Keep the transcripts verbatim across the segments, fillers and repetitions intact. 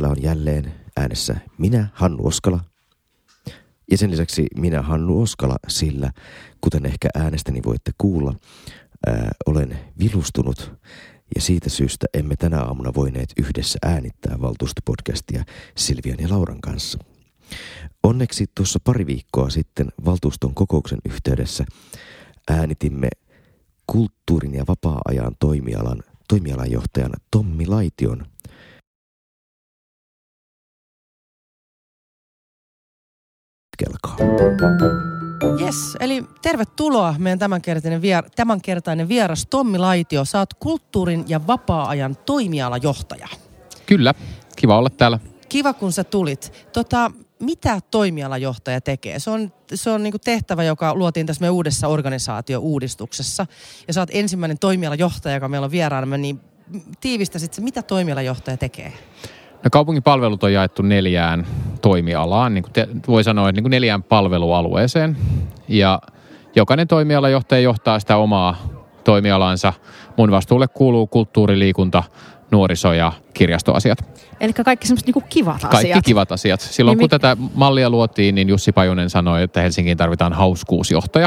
täällä on jälleen äänessä minä, Hannu Oskala. Ja sen lisäksi minä, Hannu Oskala, sillä kuten ehkä äänestäni voitte kuulla, ää, olen vilustunut. Ja siitä syystä emme tänä aamuna voineet yhdessä äänittää valtuustopodcastia Silvian ja Lauran kanssa. Onneksi tuossa pari viikkoa sitten valtuuston kokouksen yhteydessä äänitimme kulttuurin ja vapaa-ajan toimialan toimialanjohtajan Tommi Laition kelkaa. Jes, eli tervetuloa meidän tämänkertainen, vier, tämänkertainen vieras Tommi Laitio. Sä oot kulttuurin ja vapaa-ajan toimialajohtaja. Kyllä, kiva olla täällä. Kiva, kun sä tulit. Tota, mitä toimialajohtaja tekee? Se on, se on niinku tehtävä, joka luotiin tässä meidän uudessa organisaatio-uudistuksessa. Ja sä oot ensimmäinen toimialajohtaja, joka meillä on vieraana, niin tiivistäisit se, mitä toimialajohtaja tekee? No, kaupungin palvelut on jaettu neljään toimialaan, niin kuin te, voi sanoa, että niin kuin neljään palvelualueeseen. Ja jokainen toimialajohtaja johtaa sitä omaa toimialansa. Mun vastuulle kuuluu kulttuuri, liikunta, nuoriso ja kirjastoasiat. Eli kaikki semmoiset niinku kivat asiat. Kaikki kivat asiat. Silloin niin kun mit... tätä mallia luotiin, niin Jussi Pajunen sanoi, että Helsinkiin tarvitaan hauskuusjohtaja.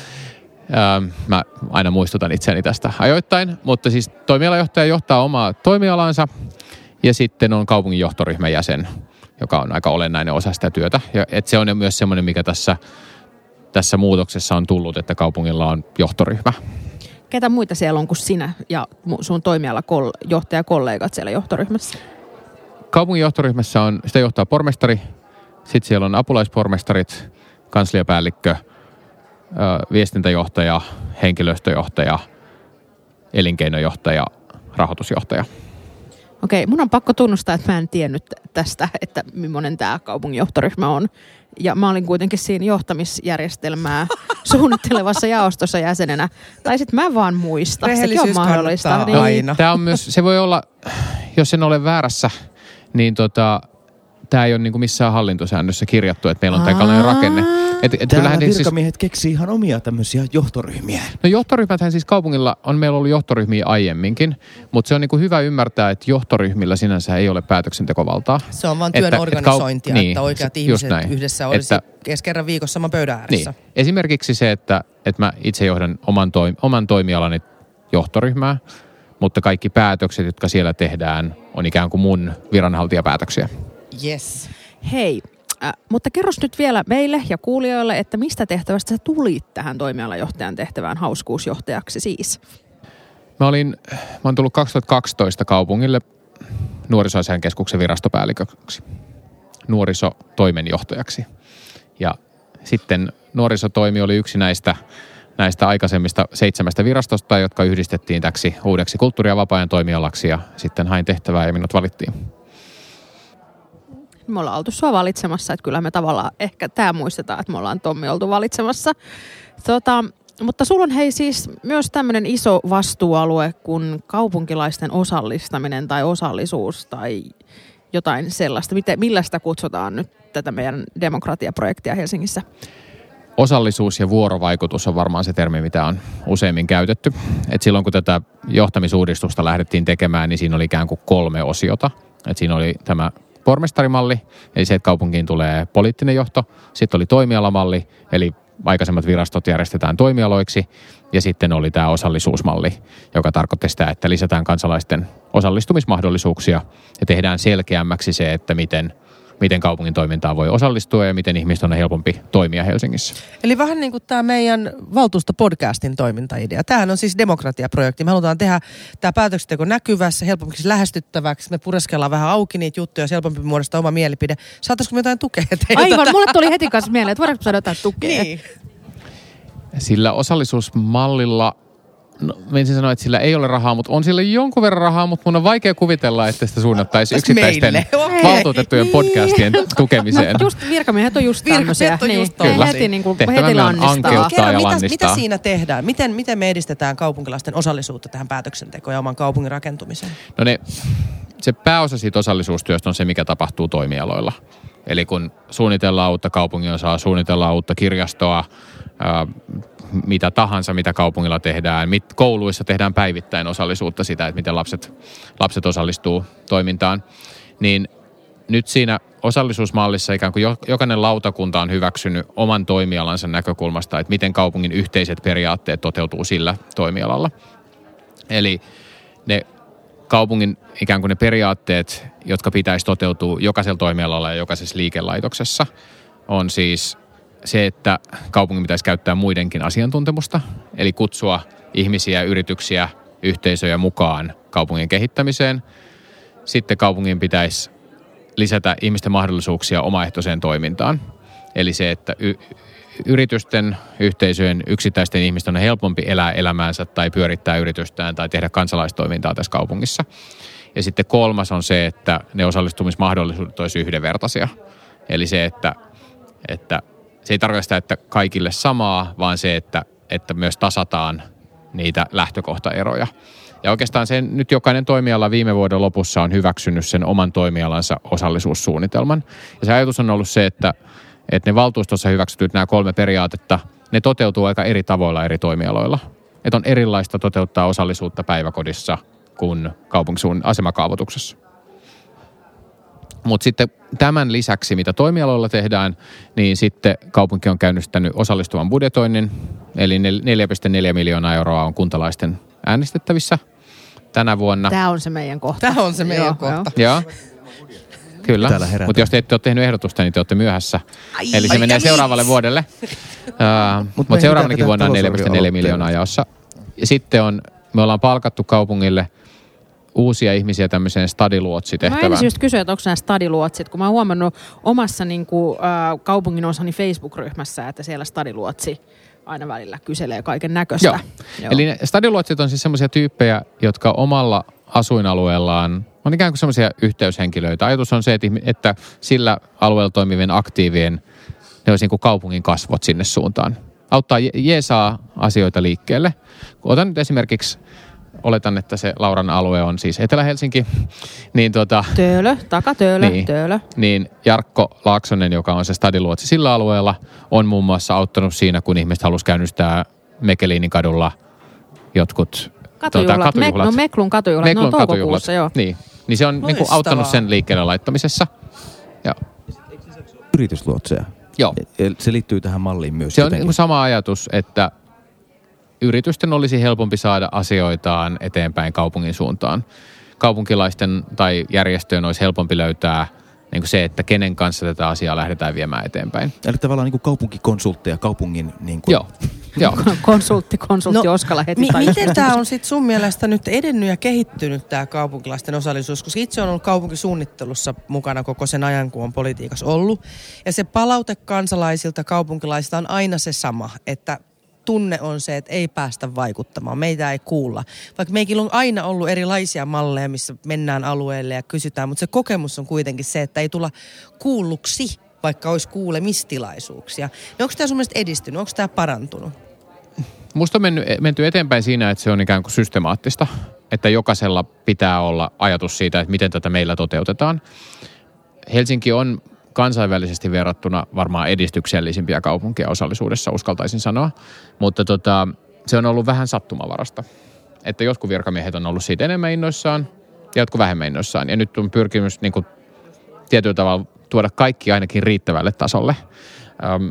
Öö, mä aina muistutan itseäni tästä ajoittain, mutta siis toimialajohtaja johtaa omaa toimialansa. Ja sitten on kaupungin johtoryhmän jäsen, joka on aika olennainen osa sitä työtä. Ja et se on myös semmoinen, mikä tässä, tässä muutoksessa on tullut, että kaupungilla on johtoryhmä. Ketä muita siellä on kuin sinä ja sun toimialajohtajakollegat siellä johtoryhmässä? Kaupungin johtoryhmässä on, sitä johtaa pormestari, sitten siellä on apulaispormestarit, kansliapäällikkö, viestintäjohtaja, henkilöstöjohtaja, elinkeinojohtaja, rahoitusjohtaja. Okei, mun on pakko tunnustaa, että mä en tiennyt tästä, että millainen tämä kaupungin johtoryhmä on. Ja mä olin kuitenkin siinä johtamisjärjestelmää suunnittelevassa jaostossa jäsenenä. Tai sit mä vaan muista. Sekin on mahdollista. Niin. Aina. Tämä on myös, se voi olla, jos en ole väärässä, niin tota, tämä ei ole niin kuin missään hallintosäännössä kirjattu, että meillä on tämä tällainen rakenne. Et, et Täällä virkamiehet siis keksii ihan omia tämmöisiä johtoryhmiä. No johtoryhmäthän siis kaupungilla on, meillä ollut johtoryhmiä aiemminkin, mutta se on niin kuin hyvä ymmärtää, että johtoryhmillä sinänsä ei ole päätöksentekovaltaa. Se on vaan työn että, organisointia, että, kaup- että oikeat niin, ihmiset yhdessä olisi että, kerran viikossa saman pöydän ääressä. Niin. Esimerkiksi se, että, että mä itse johdan oman, toim- oman toimialani johtoryhmää, mutta kaikki päätökset, jotka siellä tehdään, on ikään kuin mun viranhaltijapäätöksiä. Yes. Hei, äh, mutta kerros nyt vielä meille ja kuulijoille, että mistä tehtävästä sä tulit tähän toimialajohtajan tehtävään hauskuusjohtajaksi siis? Mä olin, mä oon tullut kaksituhattakaksitoista kaupungille nuorisoasiain keskuksen virastopäälliköksi, nuorisotoimenjohtajaksi. Ja sitten nuorisotoimi oli yksi näistä, näistä aikaisemmista seitsemästä virastosta, jotka yhdistettiin täksi uudeksi kulttuuri- ja vapaa-ajan toimialaksi ja sitten hain tehtävää ja minut valittiin. Me ollaan oltu sua valitsemassa, että kyllä me tavallaan ehkä tämä muistetaan, että me ollaan Tommi oltu valitsemassa. Tota, mutta sulla on hei siis myös tämmöinen iso vastuualue kuin kaupunkilaisten osallistaminen tai osallisuus tai jotain sellaista. Miten, millä sitä kutsutaan nyt tätä meidän demokratiaprojektia Helsingissä? Osallisuus ja vuorovaikutus on varmaan se termi, mitä on useimmin käytetty. Et silloin kun tätä johtamisuudistusta lähdettiin tekemään, niin siinä oli ikään kuin kolme osiota. Et siinä oli tämä pormestarimalli, eli se, että kaupunkiin tulee poliittinen johto. Sitten oli toimialamalli, eli aikaisemmat virastot järjestetään toimialoiksi. Ja sitten oli tämä osallisuusmalli, joka tarkoitti sitä, että lisätään kansalaisten osallistumismahdollisuuksia ja tehdään selkeämmäksi se, että miten, miten kaupungin toimintaan voi osallistua ja miten ihmisten on helpompi toimia Helsingissä. Eli vähän niin kuin tämä meidän valtuustopodcastin toimintaidea. Tämähän on siis demokratiaprojekti. Me halutaan tehdä tämä päätöksenteko näkyvässä, helpompi lähestyttäväksi. Me pureskellaan vähän auki niitä juttuja, se helpompi muodostaa oma mielipide. Saataisiko me jotain tukea teiltä? Aivan, mulle tuli heti kanssa mieleen, että voidaanko saada jotain tukea? Niin. Sillä osallisuusmallilla, no ensin sanoa, että sillä ei ole rahaa, mutta on sillä jonkun verran rahaa, mutta mun on vaikea kuvitella, että sitä suunnattaisiin yksittäisten okay. valtuutettujen podcastien tukemiseen. No just virkamiehet on just tämmöisiä. On just niin, kyllä. Heti, niin kuin, heti lannistaa. Kerro, mitä, mitä siinä tehdään? Miten, miten me edistetään kaupunkilaisten osallisuutta tähän päätöksentekoon ja oman kaupungin rakentumiseen? No ne, se pääosa siitä osallisuustyöstä on se, mikä tapahtuu toimialoilla. Eli kun suunnitellaan uutta kaupunginosaa, suunnitellaan uutta kirjastoa, ää, mitä tahansa, mitä kaupungilla tehdään. Mit, kouluissa tehdään päivittäin osallisuutta sitä, että miten lapset, lapset osallistuu toimintaan. Niin nyt siinä osallisuusmallissa ikään kuin jokainen lautakunta on hyväksynyt oman toimialansa näkökulmasta, että miten kaupungin yhteiset periaatteet toteutuu sillä toimialalla. Eli ne kaupungin ikään kuin ne periaatteet, jotka pitäisi toteutua jokaisella toimialalla ja jokaisessa liikelaitoksessa, on siis se, että kaupungin pitäisi käyttää muidenkin asiantuntemusta, eli kutsua ihmisiä, yrityksiä, yhteisöjä mukaan kaupungin kehittämiseen. Sitten kaupungin pitäisi lisätä ihmisten mahdollisuuksia omaehtoiseen toimintaan. Eli se, että y- yritysten, yhteisöjen, yksittäisten ihmisten on helpompi elää elämäänsä tai pyörittää yritystään tai tehdä kansalaistoimintaa tässä kaupungissa. Ja sitten kolmas on se, että ne osallistumismahdollisuudet olisi yhdenvertaisia. Eli se, että, että se ei tarkoita sitä, että kaikille samaa, vaan se, että, että myös tasataan niitä lähtökohtaeroja. Ja oikeastaan sen nyt jokainen toimiala viime vuoden lopussa on hyväksynyt sen oman toimialansa osallisuussuunnitelman. Ja se ajatus on ollut se, että, että ne valtuustossa hyväksytyt nämä kolme periaatetta, ne toteutuu aika eri tavoilla eri toimialoilla. Että on erilaista toteuttaa osallisuutta päiväkodissa kuin kaupunkisuun asemakaavoituksessa. Mutta sitten tämän lisäksi, mitä toimialoilla tehdään, niin sitten kaupunki on käynnistänyt osallistuvan budjetoinnin, eli neljä pilkku neljä miljoonaa euroa on kuntalaisten äänestettävissä tänä vuonna. Tämä on se meidän kohta. Tämä on se meidän Joo, kohta. Joo. Kyllä, mutta jos te ette ole tehnyt ehdotusta, niin te olette myöhässä. Ai, Eli se ai, menee ai, seuraavalle vuodelle. Uh, mutta Mut seuraavanakin vuonna on neljä pilkku neljä miljoonaa jaossa. Ja sitten on, me ollaan palkattu kaupungille uusia ihmisiä tämmöiseen stadiluotsitehtävään. Mä ensin just kysyä, että onko nämä stadiluotsit, kun mä oon huomannut omassa niin kuin, äh, kaupungin osani Facebook-ryhmässä, että siellä stadiluotsi aina välillä kyselee kaiken näköistä. Joo. Joo. Eli ne stadiluotsit on siis semmoisia tyyppejä, jotka omalla asuinalueellaan on ikään kuin semmoisia yhteyshenkilöitä. Ajatus on se, että, että sillä alueella toimivien aktiivien, ne olisi niin kuin kaupungin kasvot sinne suuntaan. Auttaa jeesaa asioita liikkeelle. Otan nyt esimerkiksi, oletan, että se Lauran alue on siis Etelä-Helsinki, niin tuota... Töölö, takatöölö, niin, töölö. Niin Jarkko Laaksonen, joka on se stadiluotsi sillä alueella, on muun muassa auttanut siinä, kun ihmiset halusi käynnistää Mekeliinin kadulla jotkut Katujuhlat. Tuota, katujuhlat. Me, no Meklun katujuhlat, Meklun ne on toukokuussa, joo. Niin, niin se on niin kuin auttanut sen liikkeelle laittamisessa. Ja. Yritysluotseja. Joo. Se liittyy tähän malliin myös. Se on niin kuin sama ajatus, että yritysten olisi helpompi saada asioitaan eteenpäin kaupungin suuntaan. Kaupunkilaisten tai järjestöjen olisi helpompi löytää niin kuin se, että kenen kanssa tätä asiaa lähdetään viemään eteenpäin. Eli tavallaan niin kuin kaupunkikonsultteja kaupungin... Niin kuin... Joo. Joo. Konsultti, konsultti no, Oskala heti. Mi- miten tämä on sitten sun mielestä nyt edennyt ja kehittynyt tämä kaupunkilaisten osallisuus? Koska itse on ollut kaupunkisuunnittelussa mukana koko sen ajan, kun on politiikassa ollut. Ja se palaute kansalaisilta kaupunkilaisista on aina se sama, että tunne on se, että ei päästä vaikuttamaan, meitä ei kuulla. Vaikka meillä on aina ollut erilaisia malleja, missä mennään alueelle ja kysytään, mutta se kokemus on kuitenkin se, että ei tulla kuulluksi, vaikka olisi kuulemistilaisuuksia. No onko tämä sun mielestä edistynyt? Onko tämä parantunut? Musta on mennyt, menty eteenpäin siinä, että se on ikään kuin systemaattista, että jokaisella pitää olla ajatus siitä, että miten tätä meillä toteutetaan. Helsinki on kansainvälisesti verrattuna varmaan edistyksellisimpiä kaupunkia osallisuudessa, uskaltaisin sanoa. Mutta tota, se on ollut vähän sattumavarasta. Että jotkut virkamiehet on ollut siitä enemmän innoissaan ja jotkut vähemmän innoissaan. Ja nyt on pyrkimys niin kuin, tietyllä tavalla tuoda kaikki ainakin riittävälle tasolle. Ähm,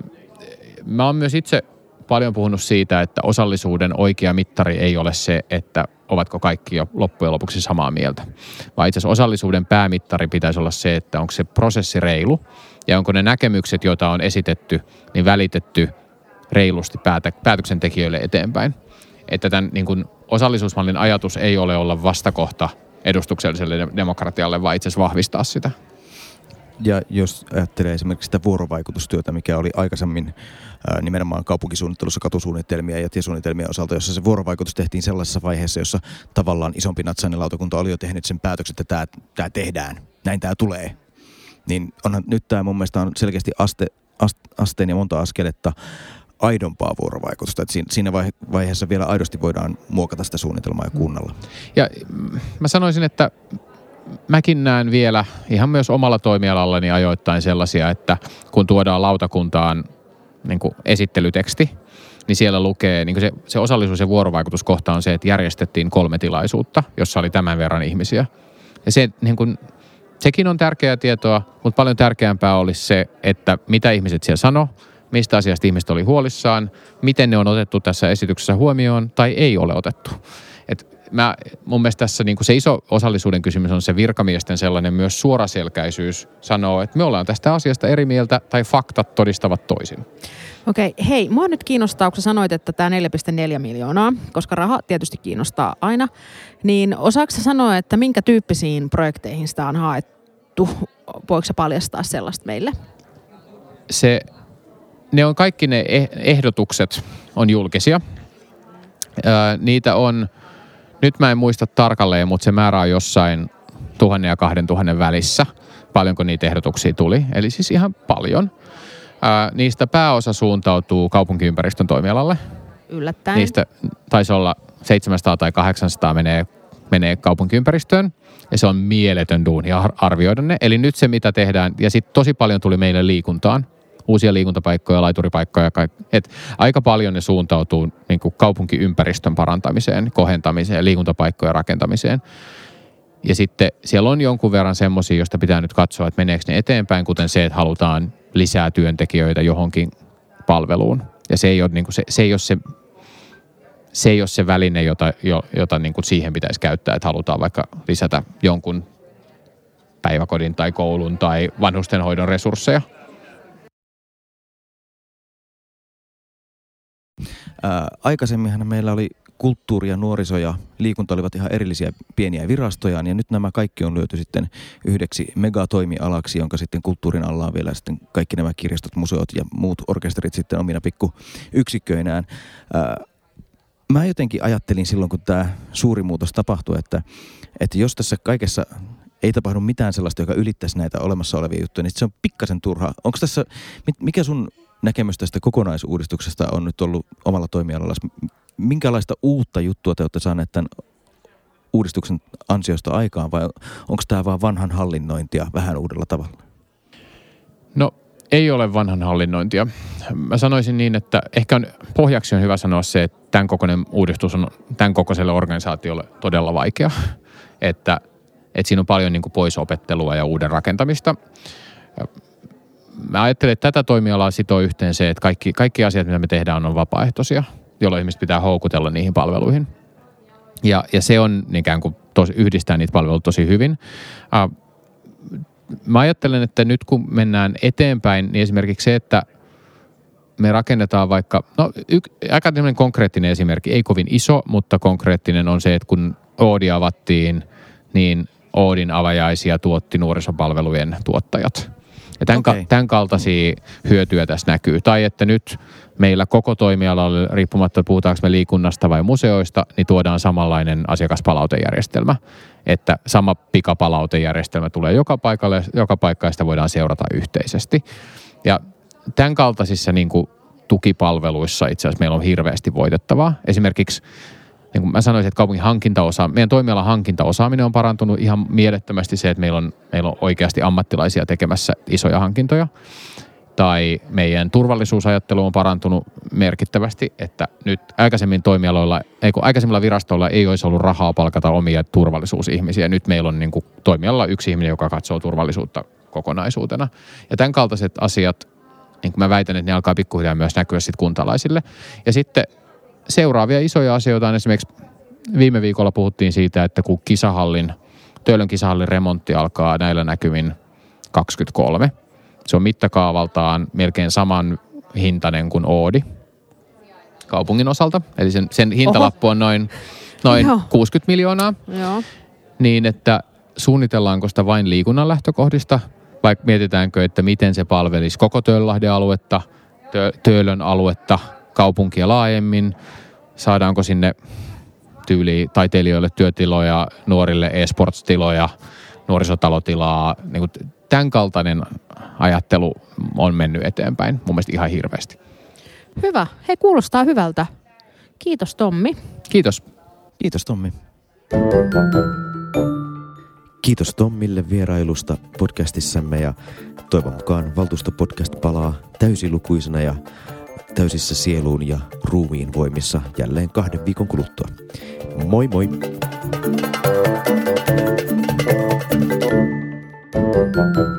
mä oon myös itse paljon puhunut siitä, että osallisuuden oikea mittari ei ole se, että ovatko kaikki jo loppujen lopuksi samaa mieltä. Vaan itse asiassa osallisuuden päämittari pitäisi olla se, että onko se prosessi reilu ja onko ne näkemykset, joita on esitetty, niin välitetty reilusti päätä, päätöksentekijöille eteenpäin. Että tämän niin kuin osallisuusmallin ajatus ei ole olla vastakohta edustukselliselle demokratialle, vaan itse asiassa vahvistaa sitä. Ja jos ajattelee esimerkiksi sitä vuorovaikutustyötä, mikä oli aikaisemmin ää, nimenomaan kaupunkisuunnittelussa katusuunnitelmia ja tiesuunnitelmien osalta, jossa se vuorovaikutus tehtiin sellaisessa vaiheessa, jossa tavallaan isompi natsainen lautakunta oli jo tehnyt sen päätöksen, että tämä, tämä tehdään, näin tämä tulee. Niin onhan nyt tämä mun mielestä on selkeästi aste, aste, asteen ja monta askeletta aidompaa vuorovaikutusta. Että siinä vaiheessa vielä aidosti voidaan muokata sitä suunnitelmaa ja kuunnella. Ja mä sanoisin, että mäkin näen vielä ihan myös omalla toimialallani ajoittain sellaisia, että kun tuodaan lautakuntaan niin kuin esittelyteksti, niin siellä lukee, niin kuin se, se osallisuus- ja vuorovaikutuskohta on se, että järjestettiin kolme tilaisuutta, jossa oli tämän verran ihmisiä. Ja se, niin kuin, sekin on tärkeää tietoa, mutta paljon tärkeämpää olisi se, että mitä ihmiset siellä sanoo, mistä asiasta ihmiset oli huolissaan, miten ne on otettu tässä esityksessä huomioon tai ei ole otettu. Et mä, mun mielestä tässä niin kuin se iso osallisuuden kysymys on se virkamiesten sellainen myös suoraselkäisyys sanoo, että me ollaan tästä asiasta eri mieltä tai faktat todistavat toisin. Okei, hei, mua nyt kiinnostaa, kun sä sanoit, että tämä neljä pilkku neljä miljoonaa, koska raha tietysti kiinnostaa aina, niin osaatko sä sanoa, että minkä tyyppisiin projekteihin sitä on haettu? Voiko sä paljastaa sellaista meille? Se, ne on kaikki ne ehdotukset on julkisia. Ää, niitä on, nyt mä en muista tarkalleen, mutta se määrä on jossain tuhannen ja kahden tuhannen välissä, paljonko niitä ehdotuksia tuli, eli siis ihan paljon. Ää, niistä pääosa suuntautuu kaupunkiympäristön toimialalle. Yllättäen. Niistä taisi olla seitsemänsataa tai kahdeksansataa menee, menee kaupunkiympäristöön. Ja se on mieletön duuni arvioida ne. Eli nyt se, mitä tehdään, ja sitten tosi paljon tuli meille liikuntaan. Uusia liikuntapaikkoja, laituripaikkoja. Et aika paljon ne suuntautuu niin kuin kaupunkiympäristön parantamiseen, kohentamiseen, liikuntapaikkojen rakentamiseen. Ja sitten siellä on jonkun verran semmoisia, joista pitää nyt katsoa, että meneekö ne eteenpäin, kuten se, että halutaan lisää työntekijöitä johonkin palveluun. Ja se ei ole, niin kuin se, se, ei ole se, se, ei ole se väline, jota, jota niin kuin siihen pitäisi käyttää, että halutaan vaikka lisätä jonkun päiväkodin tai koulun tai vanhustenhoidon resursseja. Ää, aikaisemminhan meillä oli kulttuuri ja nuoriso ja liikunta olivat ihan erillisiä pieniä virastojaan, ja nyt nämä kaikki on lyöty sitten yhdeksi megatoimialaksi, jonka sitten kulttuurin alla on vielä sitten kaikki nämä kirjastot, museot ja muut orkesterit sitten omina pikku yksikköinään. Ää, mä jotenkin ajattelin silloin, kun tämä suuri muutos tapahtui, että, että jos tässä kaikessa ei tapahdu mitään sellaista, joka ylittäisi näitä olemassa olevia juttuja, niin se on pikkasen turhaa. Onko tässä, mikä sun näkemys tästä kokonaisuudistuksesta on nyt ollut omalla toimialalla? Minkälaista uutta juttua te olette saaneet tämän uudistuksen ansiosta aikaan, vai onko tämä vaan vanhan hallinnointia vähän uudella tavalla? No, ei ole vanhan hallinnointia. Mä sanoisin niin, että ehkä on, pohjaksi on hyvä sanoa se, että tämän kokoinen uudistus on tämän kokoiselle organisaatiolle todella vaikea. Että, että siinä on paljon niin kuin poisopettelua ja uuden rakentamista. Mä ajattelen, että tätä toimialaa sitoo yhteen se, että kaikki, kaikki asiat, mitä me tehdään, on vapaaehtoisia, jolloin ihmiset pitää houkutella niihin palveluihin. Ja, ja se on ikään kuin tos, yhdistää niitä palveluita tosi hyvin. Uh, mä ajattelen, että nyt kun mennään eteenpäin, niin esimerkiksi se, että me rakennetaan vaikka, no y, aika konkreettinen esimerkki, ei kovin iso, mutta konkreettinen on se, että kun Oodi avattiin, niin Oodin avajaisia tuotti nuorisopalvelujen tuottajat. Ja tämän, okay. tämän kaltaisia hyötyjä tässä näkyy. Tai että nyt meillä koko toimialalla, riippumatta puhutaanko me liikunnasta vai museoista, niin tuodaan samanlainen asiakaspalautejärjestelmä. Että sama pikapalautejärjestelmä tulee joka paikalle, joka paikka ja sitä voidaan seurata yhteisesti. Ja tämän kaltaisissa niin kuin tukipalveluissa itse asiassa meillä on hirveästi voitettavaa. Esimerkiksi niin kuin mä sanoisin, että kaupungin hankintaosa, meidän toimialan hankintaosaaminen on parantunut ihan mielettömästi se, että meillä on, meillä on oikeasti ammattilaisia tekemässä isoja hankintoja. Tai meidän turvallisuusajattelu on parantunut merkittävästi, että nyt aikaisemmin toimialoilla, ei kun aikaisemmilla virastoilla ei olisi ollut rahaa palkata omia turvallisuusihmisiä. Nyt meillä on niin kuin toimialalla yksi ihminen, joka katsoo turvallisuutta kokonaisuutena. Ja tämän kaltaiset asiat, niin kuin mä väitän, että ne alkaa pikkuhiljaa myös näkyä sitten kuntalaisille. Ja sitten seuraavia isoja asioita on esimerkiksi viime viikolla puhuttiin siitä, että kun kisahallin, Töölön kisahallin remontti alkaa näillä näkymin kaksikymmentäkolme. Se on mittakaavaltaan melkein saman hintainen kuin Oodi kaupungin osalta. Eli sen, sen hintalappu on noin, noin kuusikymmentä miljoonaa. Joo. Niin, että suunnitellaanko sitä vain liikunnan lähtökohdista, vai mietitäänkö, että miten se palvelisi koko Töölönlahden aluetta, Töölön aluetta, kaupunkia laajemmin, saadaanko sinne tyyliin taiteilijoille työtiloja, nuorille e-sports-tiloja, nuorisotalotilaa. Niin kuin tämän kaltainen ajattelu on mennyt eteenpäin mun mielestä ihan hirveästi. Hyvä. Hei, kuulostaa hyvältä. Kiitos Tommi. Kiitos. Kiitos Tommi. Kiitos Tommille vierailusta podcastissamme ja toivon mukaan Valtuusto-podcast palaa täysilukuisena ja täysissä sieluun ja ruumiin voimissa jälleen kahden viikon kuluttua. Moi moi! Thank you.